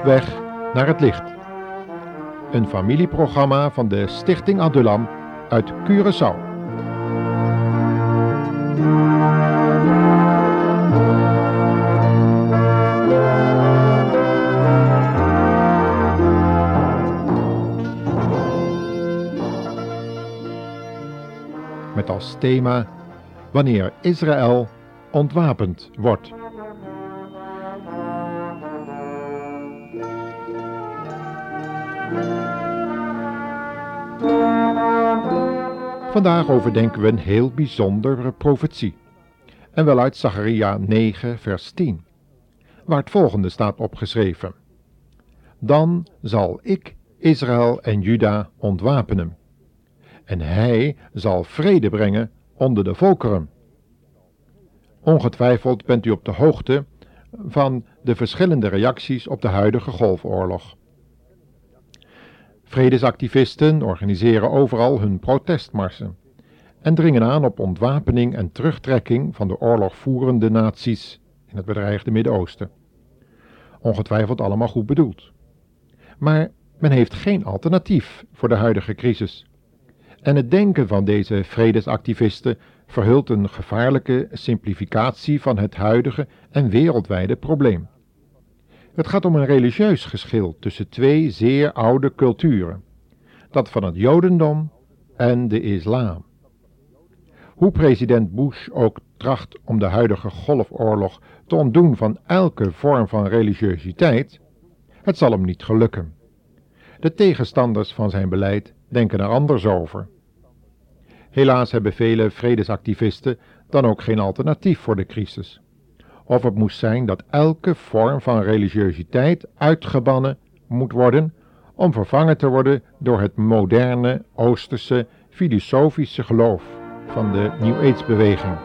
weg naar het licht. Een familieprogramma van de Stichting Adullam uit Curaçao. Met als thema wanneer Israël ontwapend wordt. Vandaag overdenken we een heel bijzondere profetie. En wel uit Zacharia 9 vers 10. Waar het volgende staat opgeschreven. Dan zal ik Israël en Juda ontwapenen. En hij zal vrede brengen onder de volkeren. Ongetwijfeld bent u op de hoogte van de verschillende reacties op de huidige golfoorlog. Vredesactivisten organiseren overal hun protestmarsen en dringen aan op ontwapening en terugtrekking van de oorlogvoerende naties in het bedreigde Midden-Oosten. Ongetwijfeld allemaal goed bedoeld. Maar men heeft geen alternatief voor de huidige crisis. En het denken van deze vredesactivisten verhult een gevaarlijke simplificatie van het huidige en wereldwijde probleem. Het gaat om een religieus geschil tussen twee zeer oude culturen, dat van het Jodendom en de islam. Hoe president Bush ook tracht om de huidige golfoorlog te ontdoen van elke vorm van religiositeit, het zal hem niet gelukken. De tegenstanders van zijn beleid denken er anders over. Helaas hebben vele vredesactivisten dan ook geen alternatief voor de crisis. Of het moest zijn dat elke vorm van religiositeit uitgebannen moet worden om vervangen te worden door het moderne, oosterse, filosofische geloof van de New Age-beweging.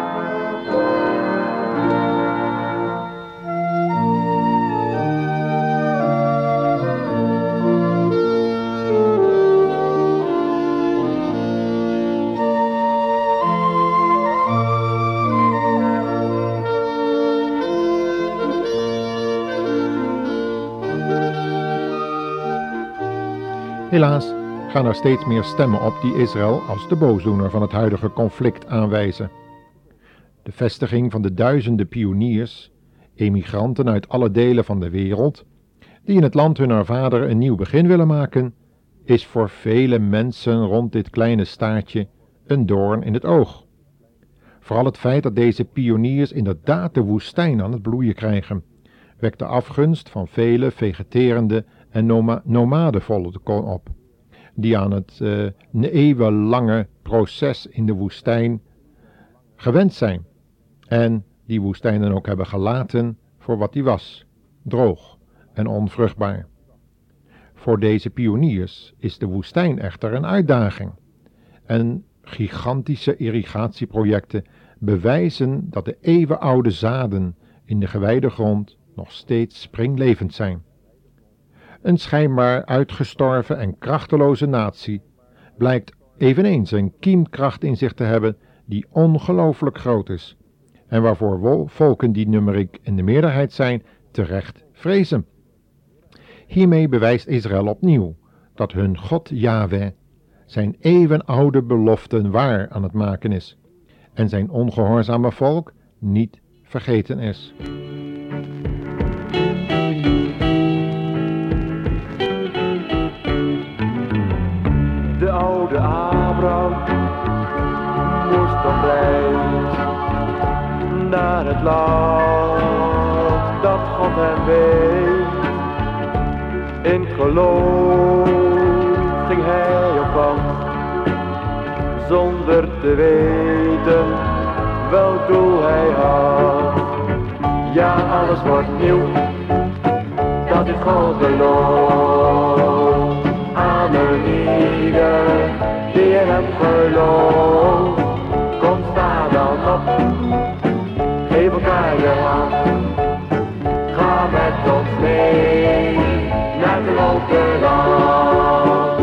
Helaas gaan er steeds meer stemmen op die Israël als de boosdoener van het huidige conflict aanwijzen. De vestiging van de duizenden pioniers, emigranten uit alle delen van de wereld, die in het land hunner vader een nieuw begin willen maken, is voor vele mensen rond dit kleine staartje een doorn in het oog. Vooral het feit dat deze pioniers inderdaad de woestijn aan het bloeien krijgen, wekt de afgunst van vele vegeterende en nomadenvolken op, die aan het eeuwenlange proces in de woestijn gewend zijn en die woestijn dan ook hebben gelaten voor wat die was, droog en onvruchtbaar. Voor deze pioniers is de woestijn echter een uitdaging en gigantische irrigatieprojecten bewijzen dat de eeuwenoude zaden in de gewijde grond nog steeds springlevend zijn. Een schijnbaar uitgestorven en krachteloze natie blijkt eveneens een kiemkracht in zich te hebben die ongelooflijk groot is en waarvoor volken die numeriek in de meerderheid zijn terecht vrezen. Hiermee bewijst Israël opnieuw dat hun God Yahweh zijn eeuwenoude beloften waar aan het maken is en zijn ongehoorzame volk niet vergeten is. De oude Abraham moest op reis naar het land dat God hem wees. In geloof ging hij op pad, zonder te weten welk doel hij had. Ja, alles wordt nieuw, dat is God geloof. Amen, ieder die in hem gelooft. Kom, sta dan op, geef elkaar je hand. Ga met ons mee naar het beloofde land.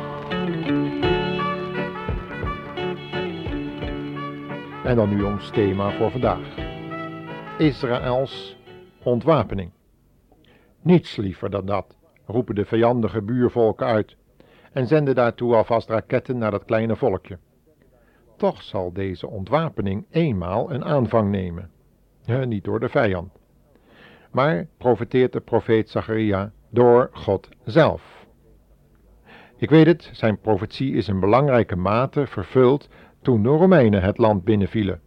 En dan nu ons thema voor vandaag. Israëls ontwapening. Niets liever dan dat, roepen de vijandige buurvolken uit en zenden daartoe alvast raketten naar dat kleine volkje. Toch zal deze ontwapening eenmaal een aanvang nemen. Niet door de vijand, maar profeteert de profeet Zacharia door God zelf. Ik weet het, zijn profetie is in belangrijke mate vervuld toen de Romeinen het land binnenvielen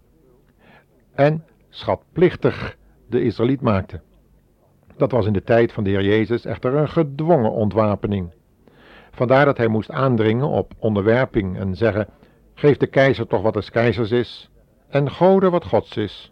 en schatplichtig de Israëliet maakten. Dat was in de tijd van de Heer Jezus echter een gedwongen ontwapening. Vandaar dat hij moest aandringen op onderwerping en zeggen: geef de keizer toch wat des keizers is en Gode wat Gods is.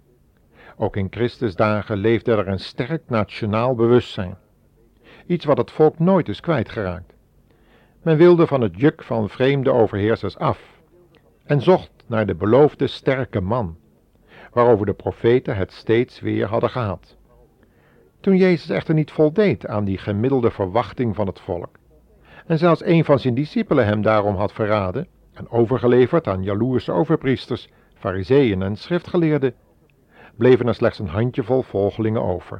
Ook in Christus dagen leefde er een sterk nationaal bewustzijn. Iets wat het volk nooit is kwijtgeraakt. Men wilde van het juk van vreemde overheersers af en zocht naar de beloofde sterke man, waarover de profeten het steeds weer hadden gehad. Toen Jezus echter niet voldeed aan die gemiddelde verwachting van het volk, en zelfs een van zijn discipelen hem daarom had verraden en overgeleverd aan jaloerse overpriesters, farizeeën en schriftgeleerden, bleven er slechts een handjevol volgelingen over.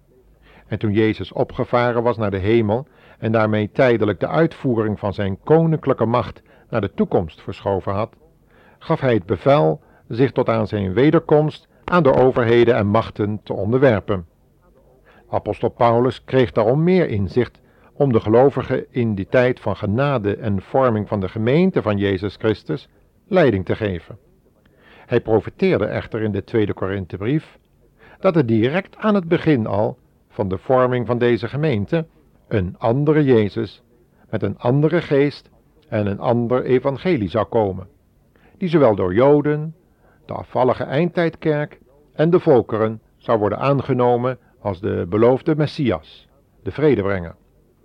En toen Jezus opgevaren was naar de hemel en daarmee tijdelijk de uitvoering van zijn koninklijke macht naar de toekomst verschoven had, gaf hij het bevel zich tot aan zijn wederkomst aan de overheden en machten te onderwerpen. Apostel Paulus kreeg daarom meer inzicht om de gelovigen in die tijd van genade en vorming van de gemeente van Jezus Christus leiding te geven. Hij profeteerde echter in de 2 Korinthebrief dat er direct aan het begin al van de vorming van deze gemeente een andere Jezus met een andere geest en een ander evangelie zou komen, die zowel door Joden, de afvallige eindtijdkerk en de volkeren zou worden aangenomen als de beloofde Messias, de vredebrenger.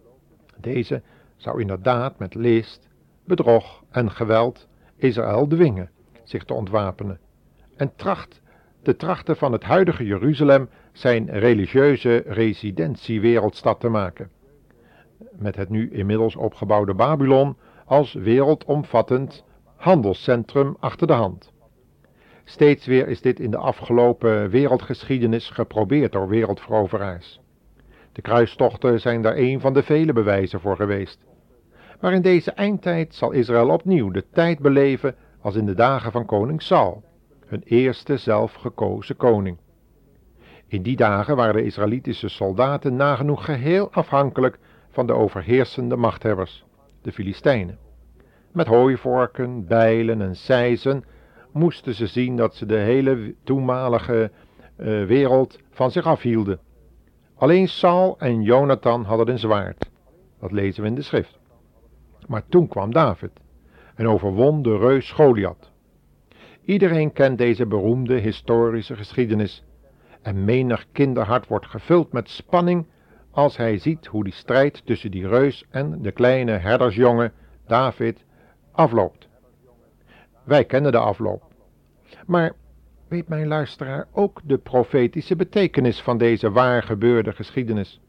Deze zou inderdaad met list, bedrog en geweld Israël dwingen zich te ontwapenen en trachten van het huidige Jeruzalem zijn religieuze residentiewereldstad te maken, met het nu inmiddels opgebouwde Babylon als wereldomvattend handelscentrum achter de hand. Steeds weer is dit in de afgelopen wereldgeschiedenis geprobeerd door wereldveroveraars. De kruistochten zijn daar een van de vele bewijzen voor geweest. Maar in deze eindtijd zal Israël opnieuw de tijd beleven als in de dagen van koning Saul, hun eerste zelfgekozen koning. In die dagen waren de Israëlitische soldaten nagenoeg geheel afhankelijk van de overheersende machthebbers, de Filistijnen. Met hooivorken, bijlen en sijzen moesten ze zien dat ze de hele toenmalige wereld van zich afhielden. Alleen Saul en Jonathan hadden een zwaard. Dat lezen we in de schrift. Maar toen kwam David en overwon de reus Goliath. Iedereen kent deze beroemde historische geschiedenis en menig kinderhart wordt gevuld met spanning als hij ziet hoe die strijd tussen die reus en de kleine herdersjongen David afloopt. Wij kennen de afloop. Maar weet mijn luisteraar ook de profetische betekenis van deze waar gebeurde geschiedenis?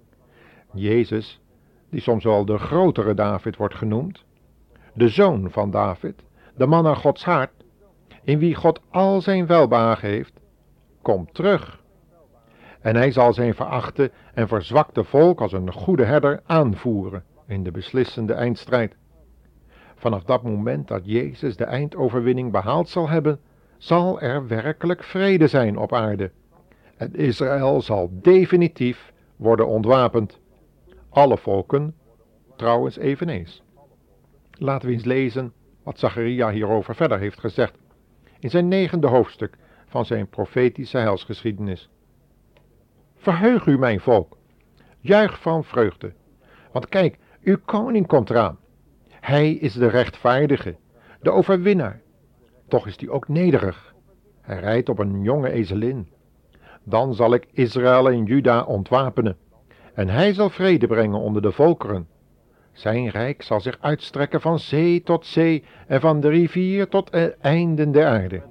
Jezus, die soms wel de grotere David wordt genoemd, de zoon van David, de man naar Gods hart, in wie God al zijn welbehagen heeft, komt terug. En hij zal zijn verachte en verzwakte volk als een goede herder aanvoeren in de beslissende eindstrijd. Vanaf dat moment dat Jezus de eindoverwinning behaald zal hebben, zal er werkelijk vrede zijn op aarde. En Israël zal definitief worden ontwapend. Alle volken trouwens eveneens. Laten we eens lezen wat Zacharia hierover verder heeft gezegd in zijn 9e hoofdstuk van zijn profetische heilsgeschiedenis. Verheug u, mijn volk, juich van vreugde, want kijk, uw koning komt eraan. Hij is de rechtvaardige, de overwinnaar. Toch is hij ook nederig. Hij rijdt op een jonge ezelin. Dan zal ik Israël en Juda ontwapenen, en hij zal vrede brengen onder de volkeren. Zijn rijk zal zich uitstrekken van zee tot zee en van de rivier tot de einden der aarde.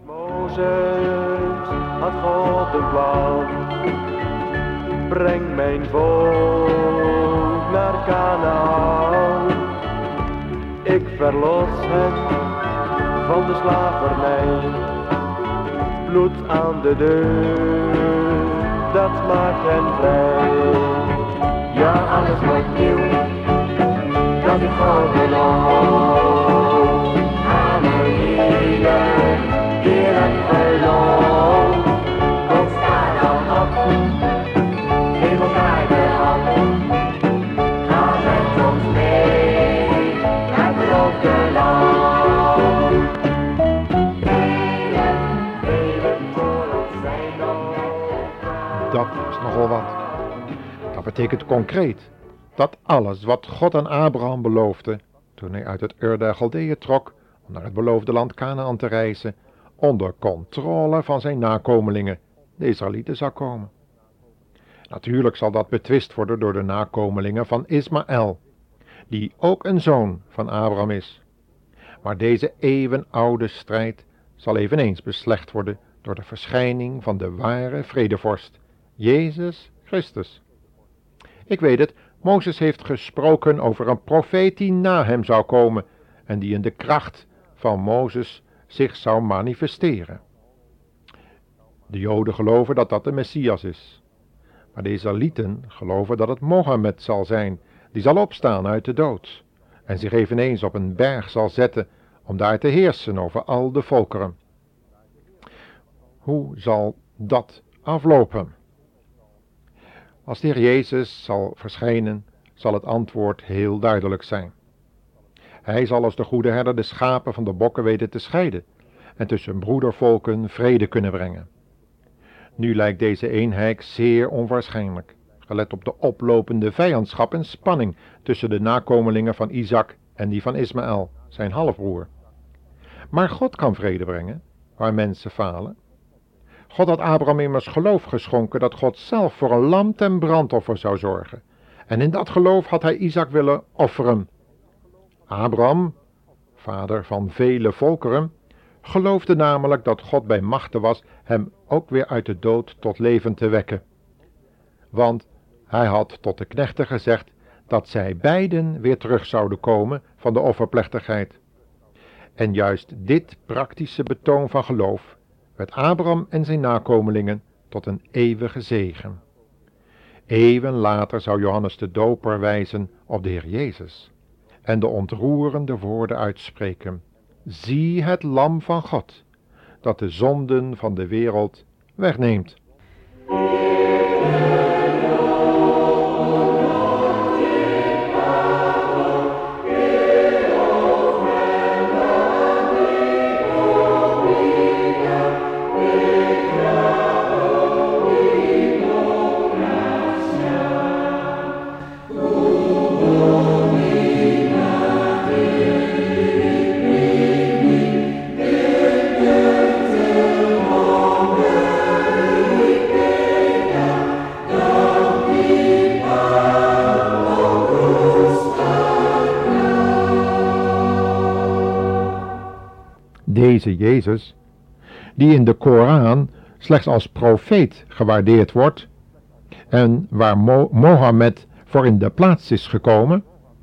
Mozes had God een plan. Breng mijn volk naar Kanaän. Ik verlos hen van de slavernij. Bloed aan de deur dat maakt hen vrij. Ja, alles wordt nieuw, dat ik gewoon geloof. Aan mijn liefde, weer het geloof. Kom, sta dan op, geef elkaar de hand. Ga met ons mee, naar het beloofde land. Velen voor ons zijn nog. Dat is nogal wat. Dat betekent concreet dat alles wat God aan Abraham beloofde, toen hij uit het Ur der Galdeeën trok om naar het beloofde land Kanaan te reizen, onder controle van zijn nakomelingen, de Israëlieten, zou komen. Natuurlijk zal dat betwist worden door de nakomelingen van Ismaël, die ook een zoon van Abraham is. Maar deze eeuwenoude strijd zal eveneens beslecht worden door de verschijning van de ware vredevorst, Jezus Christus. Ik weet het, Mozes heeft gesproken over een profeet die na hem zou komen en die in de kracht van Mozes zich zou manifesteren. De Joden geloven dat dat de Messias is. Maar de Israëlieten geloven dat het Mohammed zal zijn, die zal opstaan uit de dood en zich eveneens op een berg zal zetten om daar te heersen over al de volkeren. Hoe zal dat aflopen? Als de Heer Jezus zal verschijnen, zal het antwoord heel duidelijk zijn. Hij zal als de goede herder de schapen van de bokken weten te scheiden en tussen broedervolken vrede kunnen brengen. Nu lijkt deze eenheid zeer onwaarschijnlijk, gelet op de oplopende vijandschap en spanning tussen de nakomelingen van Isaac en die van Ismaël, zijn halfbroer. Maar God kan vrede brengen, waar mensen falen. God had Abraham immers geloof geschonken dat God zelf voor een lam ten brandoffer zou zorgen. En in dat geloof had hij Isaac willen offeren. Abraham, vader van vele volkeren, geloofde namelijk dat God bij machte was hem ook weer uit de dood tot leven te wekken. Want hij had tot de knechten gezegd dat zij beiden weer terug zouden komen van de offerplechtigheid. En juist dit praktische betoon van geloof werd Abraham en zijn nakomelingen tot een eeuwige zegen. Eeuwen later zou Johannes de Doper wijzen op de Heer Jezus en de ontroerende woorden uitspreken: zie het lam van God, dat de zonden van de wereld wegneemt. Deze Jezus, die in de Koran slechts als profeet gewaardeerd wordt en waar Mohammed voor in de plaats is gekomen,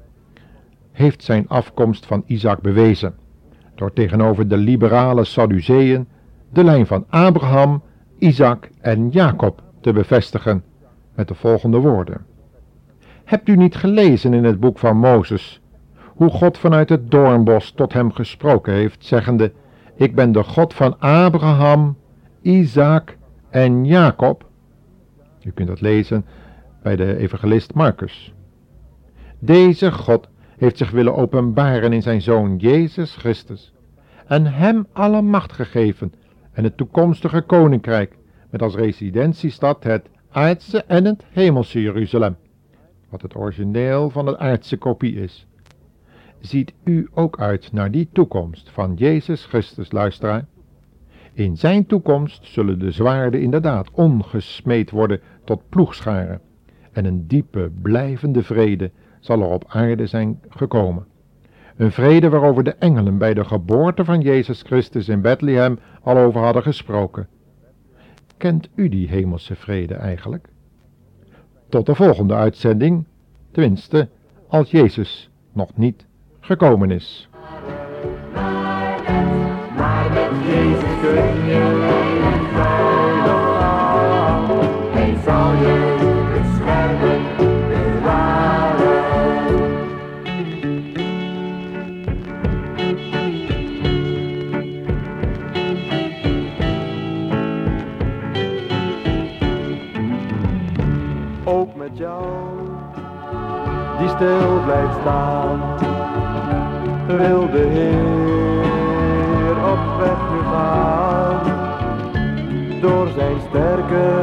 heeft zijn afkomst van Isaac bewezen, door tegenover de liberale Sadduceeën de lijn van Abraham, Isaac en Jacob te bevestigen met de volgende woorden. Hebt u niet gelezen in het boek van Mozes hoe God vanuit het doornbos tot hem gesproken heeft, zeggende: ik ben de God van Abraham, Isaac en Jacob? U kunt dat lezen bij de evangelist Marcus. Deze God heeft zich willen openbaren in zijn Zoon Jezus Christus en hem alle macht gegeven en het toekomstige koninkrijk met als residentiestad het aardse en het hemelse Jeruzalem, wat het origineel van de aardse kopie is. Ziet u ook uit naar die toekomst van Jezus Christus, luisteraar? In zijn toekomst zullen de zwaarden inderdaad ongesmeed worden tot ploegscharen en een diepe, blijvende vrede zal er op aarde zijn gekomen. Een vrede waarover de engelen bij de geboorte van Jezus Christus in Bethlehem al over hadden gesproken. Kent u die hemelse vrede eigenlijk? Tot de volgende uitzending, tenminste als Jezus nog niet gekomen is. Maar met Jezus kun je veilig gaan. ook met jou, die stil blijft staan. Wil de Heer op weg nu gaan, door zijn sterke